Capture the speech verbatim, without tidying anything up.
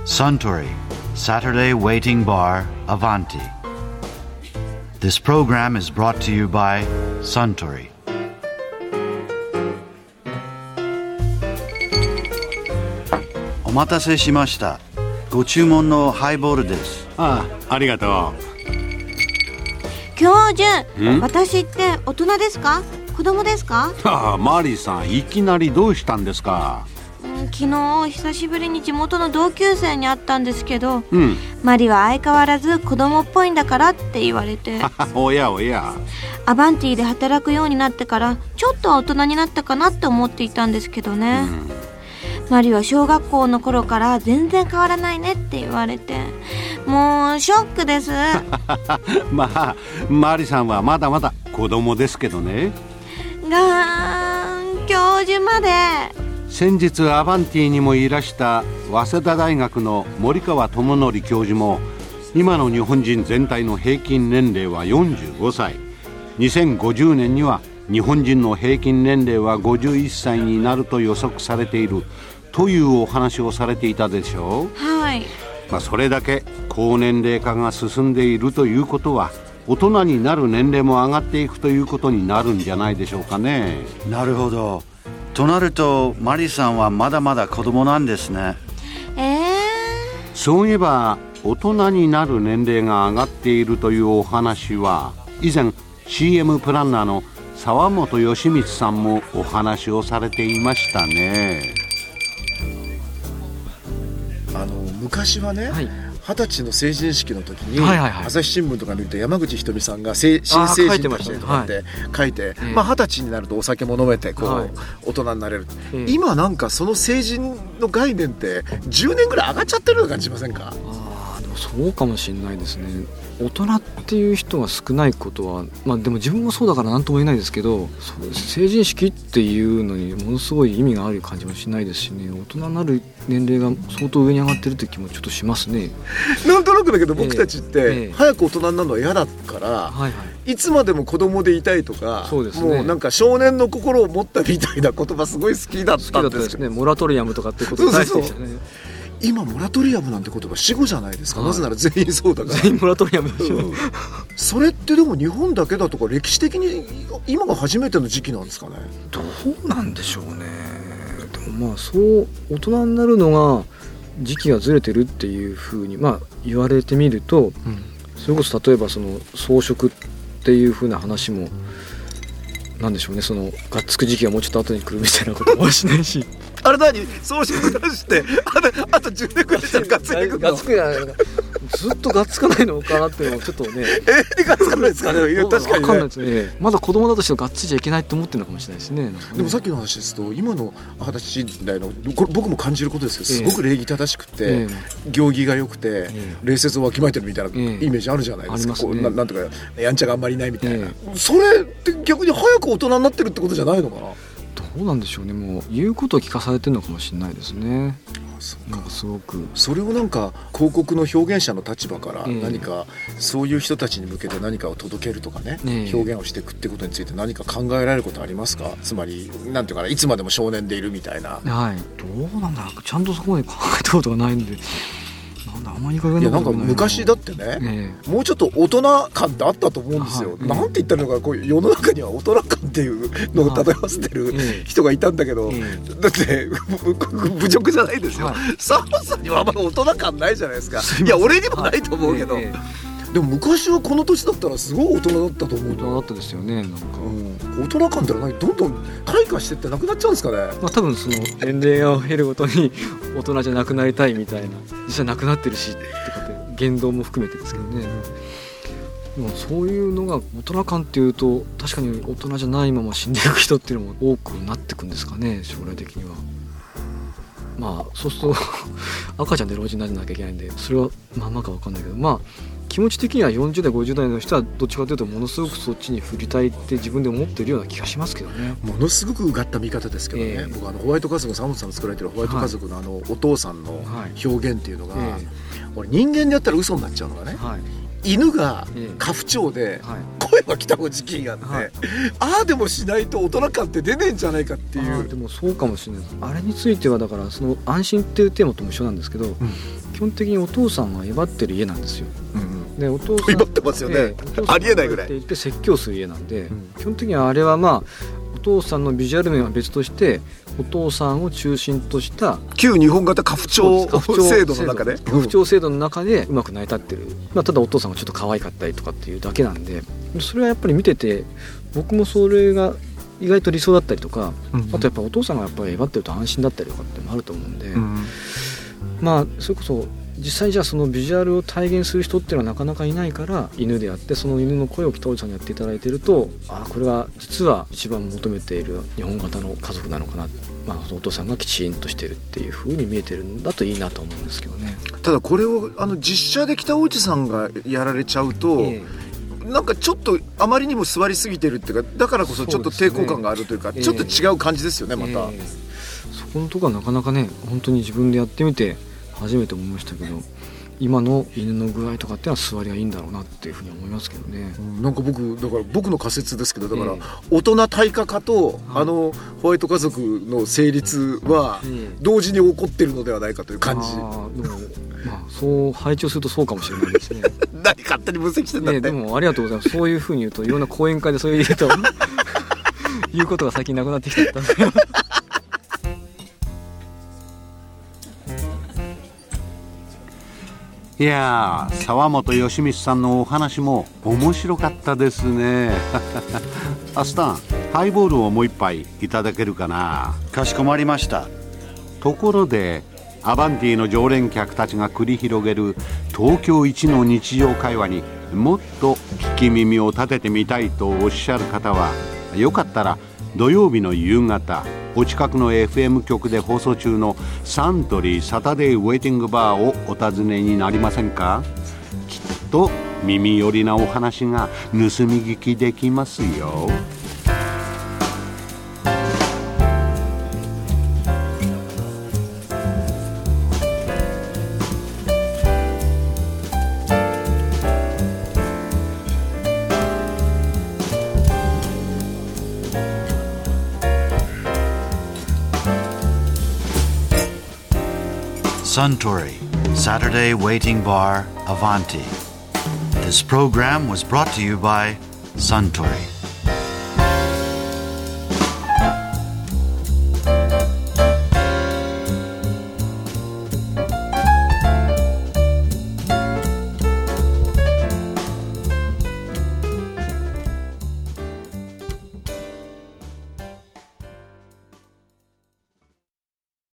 Suntory Saturday Waiting Bar Avanti. This program is brought to you by Suntory. お待たせしました。ご注文のハイボールです。 ああ、ありがとう。 教授、私って大人ですか？子供ですか？ ああ、マリーさん、いきなりどうしたんですか？ 昨日久しぶりに地元の同級生に会ったんですけど、 うん、 マリは相変わらず子供っぽいんだからって言われておやおや。 アバンティで働くようになってからちょっとは大人になったかなって思っていたんですけどね、うん、マリは小学校の頃から全然変わらないねって言われてもうショックですまあマリさんはまだまだ子供ですけどね。 がーん、教授まで。 先日アバンティにもいらした早稲田大学の森川智則教授も今の日本人全体の平均年齢はよんじゅうごさい、にせんごじゅうねんには日本人の平均年齢はごじゅういっさいになると予測されているというお話をされていたでしょう。 はい、 まあ、それだけ高年齢化が進んでいるということは大人になる年齢も上がっていくということになるんじゃないでしょうかね。 なるほど。となるとマリさんはまだまだ子供なんですね。 えー、 そういえば大人になる年齢が上がっているというお話は以前 シーエム プランナーの沢本義光さんもお話をされていましたね。 あの昔はね、はい、二十歳の成人式の時に、 はいはいはい、 朝日新聞とか見ると山口ひとみさんが新成人としてとかって書いて、まあ、二十歳になるとお酒も飲めてこう、はい、大人になれる、えー、今なんかその成人の概念ってじゅうねんぐらい上がっちゃってるような感じしませんか？ あ、でもそうかもしれないですね。大人っていう人が少ないことは、まあ、でも自分もそうだから何とも言えないですけど、そう成人式っていうのにものすごい意味がある感じもしないですしね。大人になる年齢が相当上に上がってるって気もちょっとしますね。 なんとなくだけど僕たちって早く大人になるのは嫌だから、はいはい、いつまでも子供でいたいとか、そうですね、もうなんか少年の心を持ったみたいな言葉すごい好きだったんですけど、好きだったですね。 モラトリアムとかってこと大好きでしたね。そうそうそう、 今モラトリアムなんて言葉死語じゃないですか、はい、なぜなら全員そうだから全員モラトリアムでしょ、うん、 それってでも日本だけだとか歴史的に今が初めての時期なんですかね。 どうなんでしょうね。でもまあそう大人になるのが時期がずれてるっていうふうに、まあ、言われてみると、うん、それこそ例えばその装飾っていうふうな話もなんでしょうね、そのがっつく時期がもうちょっと後に来るみたいなこともしないしあれ何装飾出してあ, あとじゅうねんくらいしたらガッツリいくの？ ガッツくやずっとガッツかないのかなっていうのはちょっとねえー、ガッツかないですかね。確かにね、 分かんないですね。まだ子供だとしてもガッツリじゃいけないと思ってるのかもしれないです ね, ねでもさっきの話ですと今の二十歳代のこれ僕も感じることですけど、すごく礼儀正しくて、えー、行儀が良くて、えー、礼節をわきまえてるみたいなイメージあるじゃないですか、えー、こう な, なんとかやんちゃがあんまりいないみたいな、えー、それって逆に早く大人になってるってことじゃないのかな。 どうなんでしょうね。もう言うことを聞かされてるのかもしれないですね。なんかすごくそれをなんか広告の表現者の立場から何かそういう人たちに向けて何かを届けるとかね、えー、表現をしていくってことについて何か考えられることありますか？つまりなんていうかな、いつまでも少年でいるみたいな。 はい、どうなんだろう、ちゃんとそこまで考えたことがないんでなんだあまり考えない。 いやなんか昔だってね、えー、もうちょっと大人感ってあったと思うんですよ、はい、なんて言ったらいいのか、こう世の中には大人感っていうのを漂わせてる人がいたんだけど、えー、だって侮辱じゃないですよ、はい、サモさんにはあんまり大人感ないじゃないですか。いや俺にもないと思うけど、はいえー、でも昔はこの年だったらすごい大人だったと思う。 大人だったですよね。なんか、 うん、大人感ってのはどんどん退化してってなくなっちゃうんですかね。まあ、 多分その年齢を経るごとに大人じゃなくなりたいみたいな、実際なくなってるしとかって言動も含めてですけどね、でもそういうのが大人感っていうと確かに大人じゃないまま死んでいく人っていうのも多くなってくんですかね、将来的には。まあそうすると赤ちゃんで老人にならなきゃいけないんで、それはまあまあか分かんないけど、まあ気持ち的にはよんじゅう代ごじゅう代の人はどっちかというとものすごくそっちに振りたいって自分で思ってるような気がしますけどね。 ものすごくうがった見方ですけどね、えー、僕あのホワイト家族、沢本さんが作られてるホワイト家族のあのお父さんの表現っていうのが、はいえー、俺人間でやったら嘘になっちゃうのがね、はい、犬が家父長で、はい、 声は北口金やって、はい、ああでもしないと大人感って出ねえんじゃないかっていう。 あでもそうかもしれない。あれについてはだからその安心っていうテーマとも一緒なんですけど、うん、基本的にお父さんが威張ってる家なんですよ、うん、でお父さん威張ってますよね、えー、ありえないぐらいって説教する家なんで、うん、基本的にはあれはまあお父さんのビジュアル面は別としてお父さんを中心とした旧日本型家父長制度の中で家父長制度の中でうまく成り立ってる、まあ、ただお父さんがちょっと可愛かったりとかっていうだけなんで、それはやっぱり見てて僕もそれが意外と理想だったりとか、うんうん、あとやっぱお父さんがやっぱり威張ってると安心だったりとかってもあると思うんで、うん、まあそれこそ実際じゃあそのビジュアルを体現する人っていうのはなかなかいないから、犬であってその犬の声を北尾さんにやっていただいていると、あこれは実は一番求めている日本型の家族なのかな、まあ、お父さんがきちんとしてるっていう風に見えてるんだといいなと思うんですけどね。 ただこれをあの実写で北尾さんがやられちゃうと、えー、なんかちょっとあまりにも座りすぎてるっていうか、だからこそちょっと抵抗感があるというか、そうですね、ちょっと違う感じですよね、また、えー、 そこのところはなかなかね本当に自分でやってみて初めて思いましたけど、今の犬の具合とかってのは座りがいいんだろうなっていうふうに思いますけどね、 うん、なんか僕だから僕の仮説ですけど、だから大人対価化と、えー、あのホワイト家族の成立は同時に起こってるのではないかという感じ、えー、あでも、 まあ、そう配置をするとそうかもしれないですね何勝手に分析してんだって、ね、 でもありがとうございます。そういうふうに言うといろんな講演会でそういう言うと言うことが最近なくなってきちゃったんですよいやー、沢本義光さんのお話も面白かったですねアスタン、ハイボールをもう一杯いただけるかな。 かしこまりました。 ところでアバンティの常連客たちが繰り広げる東京一の日常会話にもっと聞き耳を立ててみたいとおっしゃる方は、よかったら土曜日の夕方お近くの エフエム 局で放送中のサントリーサタデーウェイティングバーをお尋ねになりませんか。きっと耳寄りなお話が盗み聞きできますよ。 Suntory Saturday Waiting Bar Avanti. This program was brought to you by Suntory.